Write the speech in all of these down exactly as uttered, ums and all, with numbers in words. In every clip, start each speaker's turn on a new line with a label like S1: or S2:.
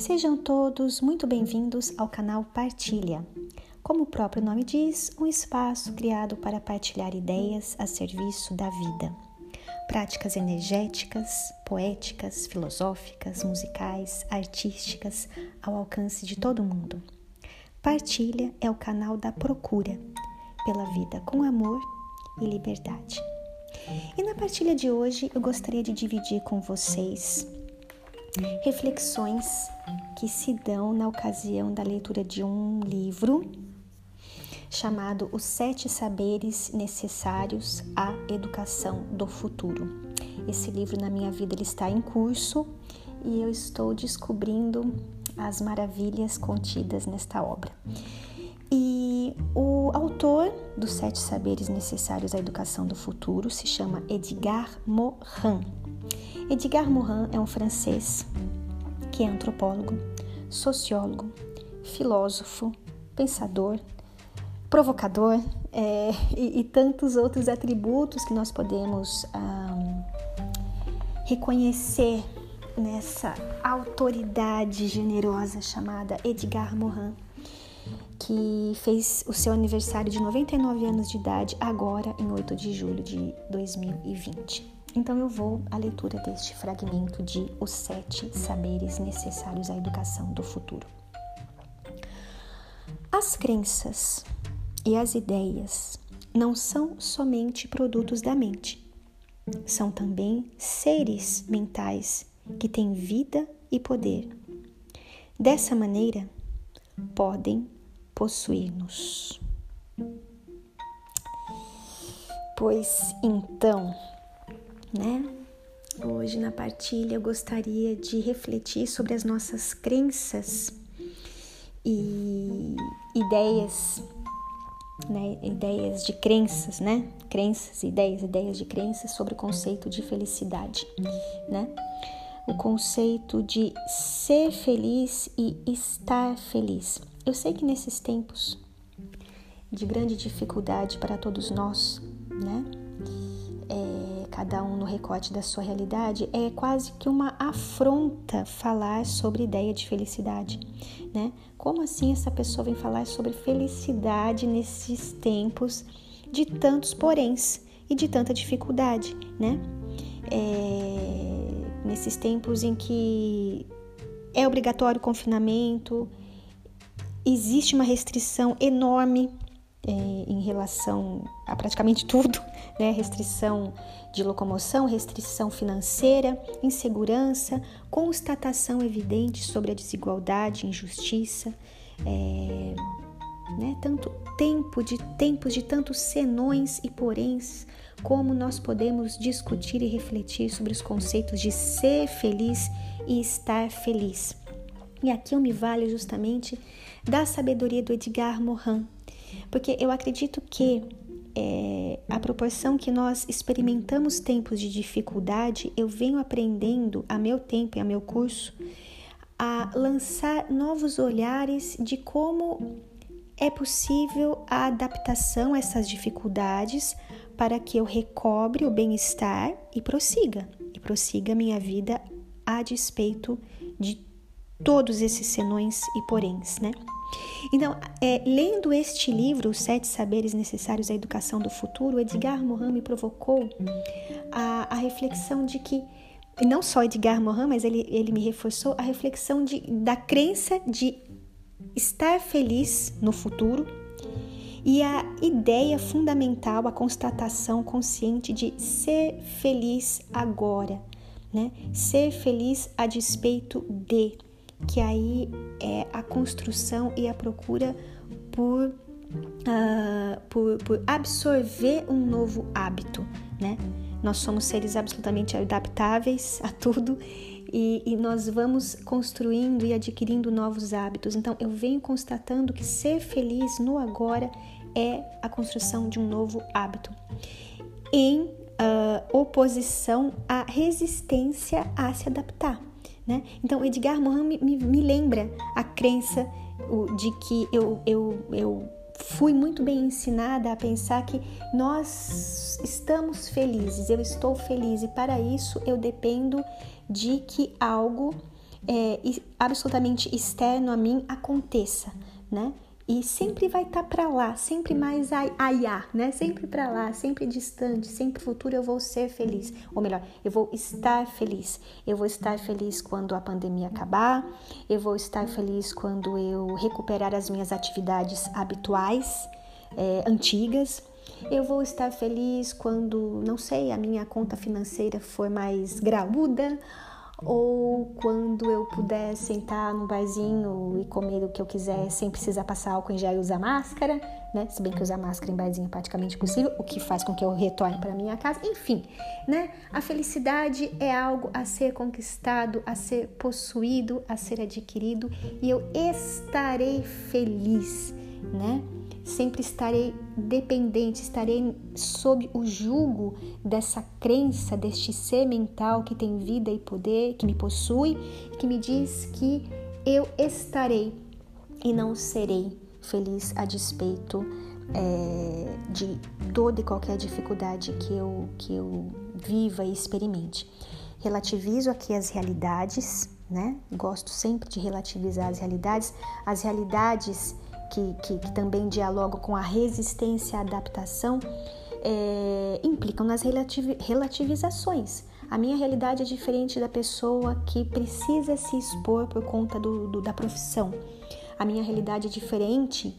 S1: Sejam todos muito bem-vindos ao canal Partilha. Como o próprio nome diz, um espaço criado para partilhar ideias a serviço da vida. Práticas energéticas, poéticas, filosóficas, musicais, artísticas, ao alcance de todo mundo. Partilha é o canal da procura pela vida com amor e liberdade. E na partilha de hoje eu gostaria de dividir com vocês reflexões que se dão na ocasião da leitura de um livro chamado Os Sete Saberes Necessários à Educação do Futuro. Esse livro na minha vida ele está em curso e eu estou descobrindo as maravilhas contidas nesta obra. E o autor dos Sete Saberes Necessários à Educação do Futuro se chama Edgar Morin. Edgar Morin é um francês que é antropólogo, sociólogo, filósofo, pensador, provocador é, e, e tantos outros atributos que nós podemos um, reconhecer nessa autoridade generosa chamada Edgar Morin, que fez o seu aniversário de noventa e nove anos de idade agora em oito de julho de dois mil e vinte. Então eu vou à leitura deste fragmento de Os Sete Saberes Necessários à Educação do Futuro. As crenças e as ideias não são somente produtos da mente, são também seres mentais que têm vida e poder. Dessa maneira, podem possuir-nos. Pois então, né? Hoje na partilha eu gostaria de refletir sobre as nossas crenças e ideias, né? Ideias de crenças, né? Crenças, ideias, ideias de crenças sobre o conceito de felicidade, né? O conceito de ser feliz e estar feliz. Eu sei que nesses tempos de grande dificuldade para todos nós, né? É, cada um no recorte da sua realidade, é quase que uma afronta falar sobre ideia de felicidade, né? Como assim essa pessoa vem falar sobre felicidade nesses tempos de tantos poréns e de tanta dificuldade, né? É, nesses tempos em que é obrigatório o confinamento, existe uma restrição enorme é, em relação a praticamente tudo, né? Restrição de locomoção, restrição financeira, insegurança, constatação evidente sobre a desigualdade, injustiça, é, né? Tanto tempo de tempos de tantos senões e poréns, como nós podemos discutir e refletir sobre os conceitos de ser feliz e estar feliz. E aqui eu me valho justamente da sabedoria do Edgar Morin, porque eu acredito que é, a proporção que nós experimentamos tempos de dificuldade, eu venho aprendendo a meu tempo e a meu curso a lançar novos olhares de como é possível a adaptação a essas dificuldades para que eu recobre o bem-estar e prossiga, e prossiga a minha vida a despeito de todos esses senões e poréns, né? Então, é, lendo este livro, Os Sete Saberes Necessários à Educação do Futuro, Edgar Morin me provocou a, a reflexão de que, não só Edgar Morin, mas ele, ele me reforçou a reflexão de, da crença de estar feliz no futuro e a ideia fundamental, a constatação consciente de ser feliz agora, né? Ser feliz a despeito de, que aí é a construção e a procura por, uh, por, por absorver um novo hábito, né? Nós somos seres absolutamente adaptáveis a tudo e, e nós vamos construindo e adquirindo novos hábitos. Então, eu venho constatando que ser feliz no agora é a construção de um novo hábito, em uh, oposição à resistência a se adaptar, né? Então, Edgar Morin me, me, me lembra a crença de que eu, eu, eu fui muito bem ensinada a pensar que nós estamos felizes, eu estou feliz e para isso eu dependo de que algo é, absolutamente externo a mim aconteça, né? E sempre vai estar para lá, sempre mais aiá, né? Sempre para lá, sempre distante, sempre futuro eu vou ser feliz. Ou melhor, eu vou estar feliz. Eu vou estar feliz quando a pandemia acabar. Eu vou estar feliz quando eu recuperar as minhas atividades habituais, é, antigas. Eu vou estar feliz quando, não sei, a minha conta financeira for mais graúda. Ou quando eu puder sentar num barzinho e comer o que eu quiser sem precisar passar álcool em gel e usar máscara, né? Se bem que usar máscara em barzinho é praticamente impossível, o que faz com que eu retorne para minha casa. Enfim, né? A felicidade é algo a ser conquistado, a ser possuído, a ser adquirido, e eu estarei feliz, né? Sempre estarei dependente, estarei sob o jugo dessa crença, deste ser mental que tem vida e poder, que me possui, que me diz que eu estarei e não serei feliz a despeito é, de toda e qualquer dificuldade que eu, que eu viva e experimente. Relativizo aqui as realidades, né? Gosto sempre de relativizar as realidades, as realidades Que, que, que também dialogam com a resistência à adaptação, é, implicam nas relativ, relativizações. A minha realidade é diferente da pessoa que precisa se expor por conta do, do, da profissão. A minha realidade é diferente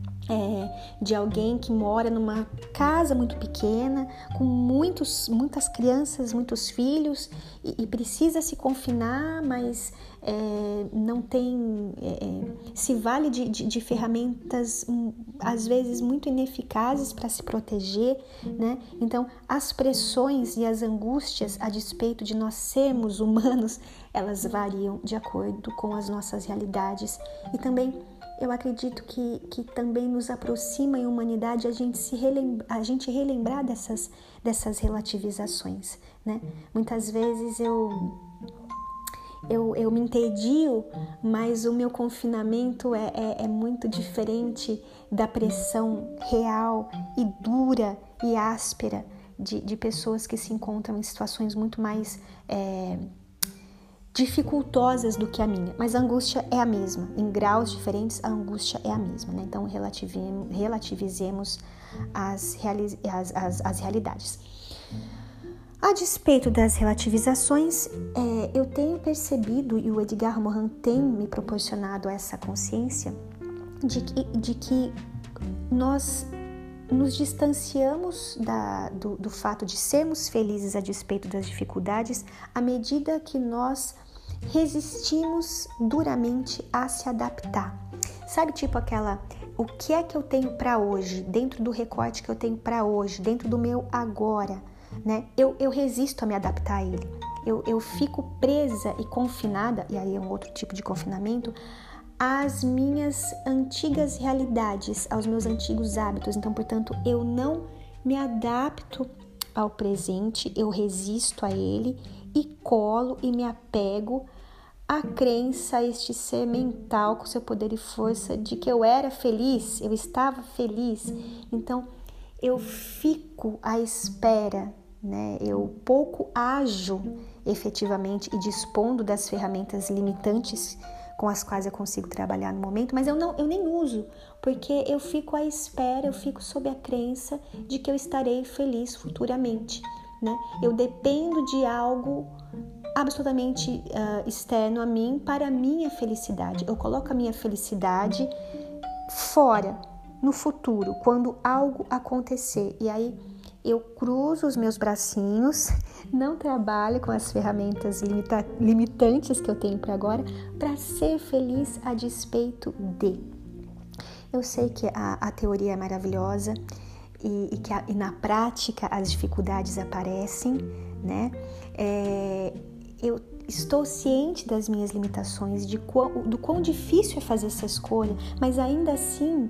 S1: é, de alguém que mora numa casa muito pequena, com muitos, muitas crianças, muitos filhos, e, e precisa se confinar, mas é, não tem, é, se vale de, de, de ferramentas às vezes muito ineficazes para se proteger, né? Então, as pressões e as angústias a despeito de nós sermos humanos, elas variam de acordo com as nossas realidades. E também eu acredito que, que também nos aproxima em humanidade a gente, se relembra, a gente relembrar dessas, dessas relativizações, né? Muitas vezes eu, eu, eu me entedio, mas o meu confinamento é, é, é muito diferente da pressão real e dura e áspera de, de pessoas que se encontram em situações muito mais É, dificultosas do que a minha, mas a angústia é a mesma, em graus diferentes a angústia é a mesma, né? Então relativizemos, relativizemos as, reali- as, as, as realidades. A despeito das relativizações, é, eu tenho percebido, e o Edgar Morin tem me proporcionado essa consciência, de que, de que nós nos distanciamos da, do, do fato de sermos felizes a despeito das dificuldades à medida que nós resistimos duramente a se adaptar. Sabe, tipo aquela, o que é que eu tenho para hoje, dentro do recorte que eu tenho para hoje, dentro do meu agora, né? Eu, eu resisto a me adaptar a ele. Eu, eu fico presa e confinada, e aí é um outro tipo de confinamento, às minhas antigas realidades, aos meus antigos hábitos. Então, portanto, eu não me adapto ao presente, eu resisto a ele e colo e me apego à crença, a este ser mental com seu poder e força de que eu era feliz, eu estava feliz. Então, eu fico à espera, né? Eu pouco ajo efetivamente e dispondo das ferramentas limitantes com as quais eu consigo trabalhar no momento, mas eu, não, eu nem uso, porque eu fico à espera, eu fico sob a crença de que eu estarei feliz futuramente, né? Eu dependo de algo absolutamente uh, externo a mim para a minha felicidade. Eu coloco a minha felicidade fora, no futuro, quando algo acontecer, e aí eu cruzo os meus bracinhos, não trabalho com as ferramentas limita- limitantes que eu tenho para agora, para ser feliz a despeito de. Eu sei que a, a teoria é maravilhosa e, e que a, e na prática as dificuldades aparecem, né? É, eu estou ciente das minhas limitações, de quão, do quão difícil é fazer essa escolha, mas ainda assim,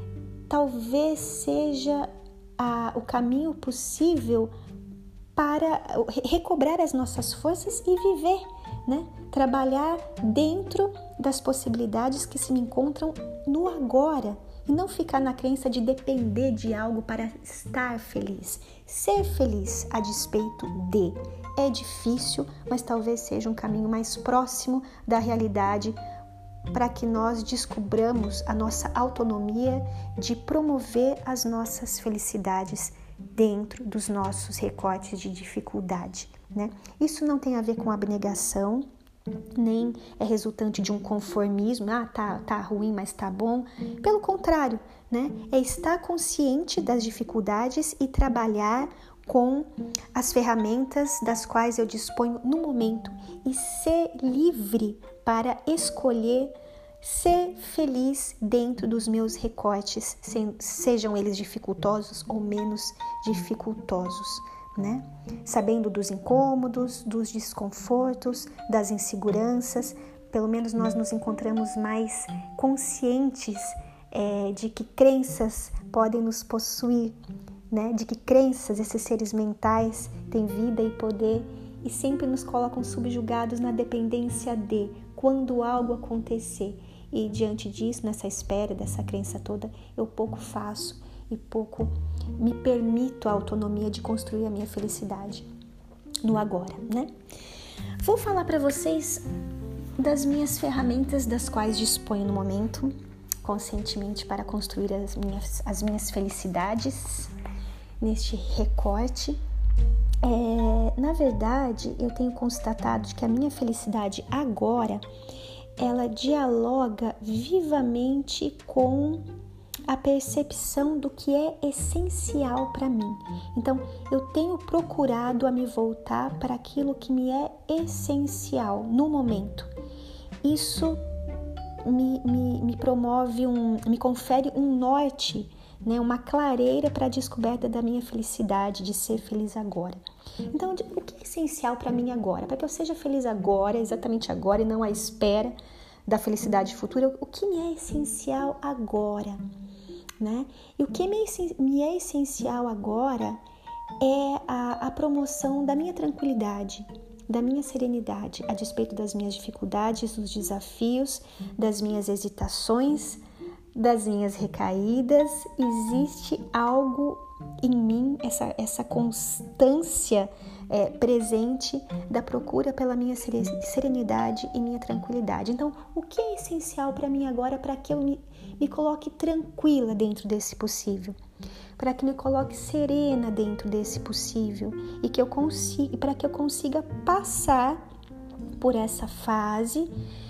S1: talvez seja A, o caminho possível para recobrar as nossas forças e viver, né? Trabalhar dentro das possibilidades que se me encontram no agora e não ficar na crença de depender de algo para estar feliz. Ser feliz a despeito de, É difícil, mas talvez seja um caminho mais próximo da realidade para que nós descubramos a nossa autonomia de promover as nossas felicidades dentro dos nossos recortes de dificuldade, né? Isso não tem a ver com abnegação, nem é resultante de um conformismo, ah, tá, tá ruim, mas tá bom. Pelo contrário, né? É estar consciente das dificuldades e trabalhar com as ferramentas das quais eu disponho no momento e ser livre para escolher ser feliz dentro dos meus recortes, sejam eles dificultosos ou menos dificultosos, né? Sabendo dos incômodos, dos desconfortos, das inseguranças, pelo menos nós nos encontramos mais conscientes é, de que crenças podem nos possuir, né? De que crenças, esses seres mentais, têm vida e poder e sempre nos colocam subjugados na dependência de quando algo acontecer. E diante disso, nessa espera dessa crença toda, eu pouco faço e pouco me permito a autonomia de construir a minha felicidade no agora, né? Vou falar para vocês das minhas ferramentas das quais disponho no momento, conscientemente, para construir as minhas, as minhas felicidades neste recorte. É, na verdade, eu tenho constatado que a minha felicidade agora ela dialoga vivamente com a percepção do que é essencial para mim. Então, eu tenho procurado a me voltar para aquilo que me é essencial no momento. Isso me, me, me promove, um, me confere um norte, né, uma clareira para a descoberta da minha felicidade, de ser feliz agora. Então, o que é essencial para mim agora? Para que eu seja feliz agora, exatamente agora, e não à espera da felicidade futura, o que me é essencial agora, né? E o que me, me é essencial agora é a, a promoção da minha tranquilidade, da minha serenidade, a despeito das minhas dificuldades, dos desafios, das minhas hesitações, das minhas recaídas. Existe algo em mim, essa, essa constância é, presente da procura pela minha serenidade e minha tranquilidade. Então, o que é essencial para mim agora para que eu me, me coloque tranquila dentro desse possível? Para que me coloque serena dentro desse possível e que eu consiga, para que eu consiga passar por essa fase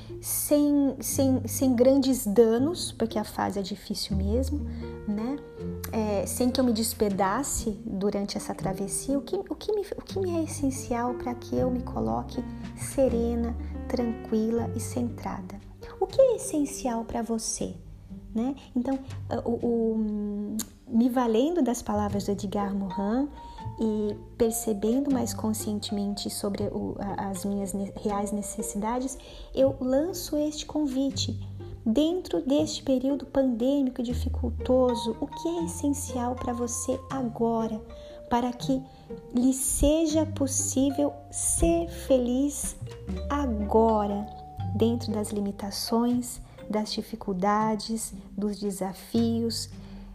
S1: sem, sem, sem grandes danos, porque a fase é difícil mesmo, né? É, sem que eu me despedace durante essa travessia. O que, o que, me, o que me é essencial para que eu me coloque serena, tranquila e centrada? O que é essencial para você? Né? Então, o, o, me valendo das palavras do Edgar Morin e percebendo mais conscientemente sobre o, as minhas reais necessidades, eu lanço este convite. Dentro deste período pandêmico e dificultoso, o que é essencial para você agora, para que lhe seja possível ser feliz agora, dentro das limitações, das dificuldades, dos desafios,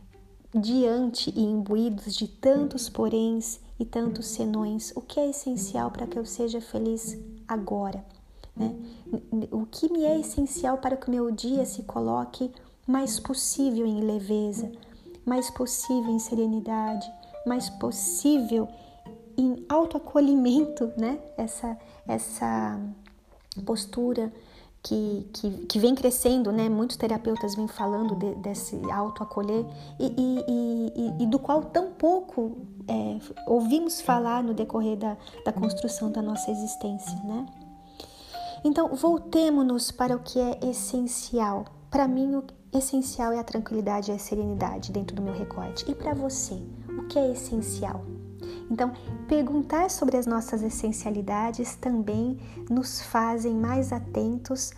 S1: diante e imbuídos de tantos poréns e tantos senões? O que é essencial para que eu seja feliz agora? Né? O que me é essencial para que o meu dia se coloque mais possível em leveza, mais possível em serenidade, mais possível em autoacolhimento, né? Essa, essa postura que, que, que vem crescendo, né? Muitos terapeutas vêm falando de, desse autoacolher e, e, e, e do qual tão pouco é, ouvimos falar no decorrer da, da construção da nossa existência, né? Então, voltemo-nos para o que é essencial. Para mim, o essencial é a tranquilidade e a serenidade dentro do meu recorte. E para você, o que é essencial? Então, perguntar sobre as nossas essencialidades também nos fazem mais atentos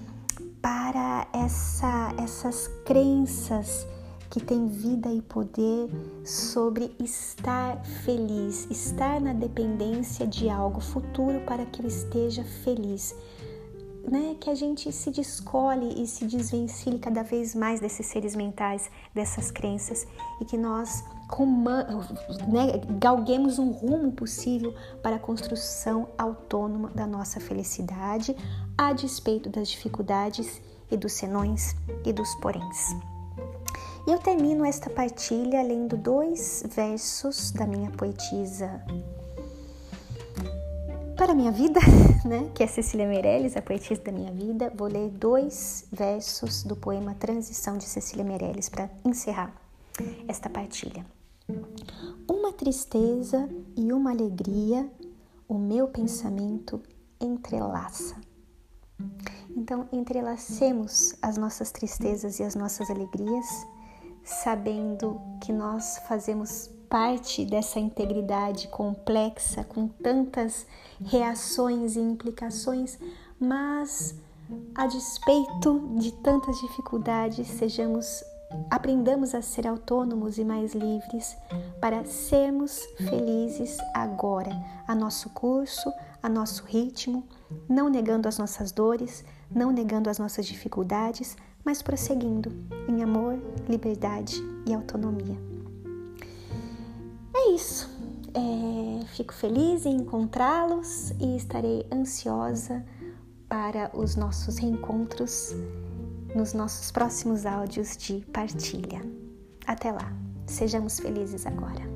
S1: para essa, essas crenças que têm vida e poder sobre estar feliz, estar na dependência de algo futuro para que eu esteja feliz. Né? Que a gente se descolhe e se desvencilhe cada vez mais desses seres mentais, dessas crenças, e que nós Ruma, né, galguemos um rumo possível para a construção autônoma da nossa felicidade, a despeito das dificuldades e dos senões e dos poréns. E eu termino esta partilha lendo dois versos da minha poetisa para a minha vida, né, que é Cecília Meirelles, a poetisa da minha vida. Vou ler dois versos do poema Transição de Cecília Meirelles para encerrar esta partilha. Uma tristeza e uma alegria o meu pensamento entrelaça. Então, entrelacemos as nossas tristezas e as nossas alegrias, sabendo que nós fazemos parte dessa integridade complexa, com tantas reações e implicações, mas a despeito de tantas dificuldades, sejamos aprendamos a ser autônomos e mais livres para sermos felizes agora, a nosso curso, a nosso ritmo, não negando as nossas dores, não negando as nossas dificuldades, mas prosseguindo em amor, liberdade e autonomia. É isso. É, fico feliz em encontrá-los e estarei ansiosa para os nossos reencontros nos nossos próximos áudios de partilha. Até lá, sejamos felizes agora.